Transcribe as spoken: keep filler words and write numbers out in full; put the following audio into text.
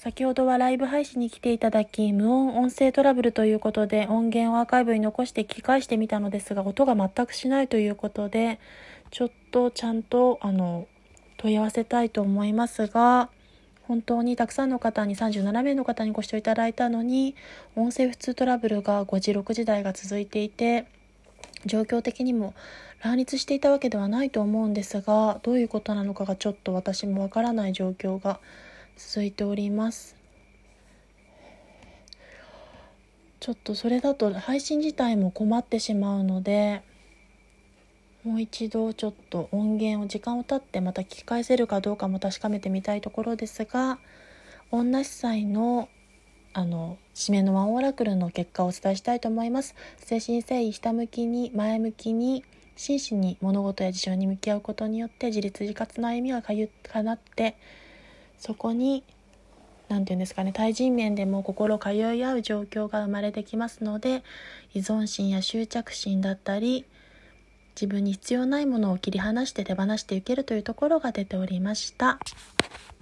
先ほどはライブ配信に来ていただき、無音音声トラブルということで音源をアーカイブに残して聞き返してみたのですが、音が全くしないということで、ちょっとちゃんとあの問い合わせたいと思いますが、本当にたくさんの方に、さんじゅうななめいの方にご視聴いただいたのに、音声不通トラブルがごじろくじ台が続いていて、状況的にも乱立していたわけではないと思うんですが、どういうことなのかがちょっと私もわからない状況が続いております。ちょっとそれだと配信自体も困ってしまうので、もう一度ちょっと音源を時間を経ってまた聞き返せるかどうかも確かめてみたいところですが、女司祭のあの締めのワンオラクルの結果をお伝えしたいと思います。誠心誠意、ひたむきに、前向きに、真摯に物事や事象に向き合うことによって自立自活の歩みがかゆかなって、そこになんていうんですかね、対人面でも心通い合う状況が生まれてきますので、依存心や執着心だったり、自分に必要ないものを切り離して手放していけるというところが出ておりました。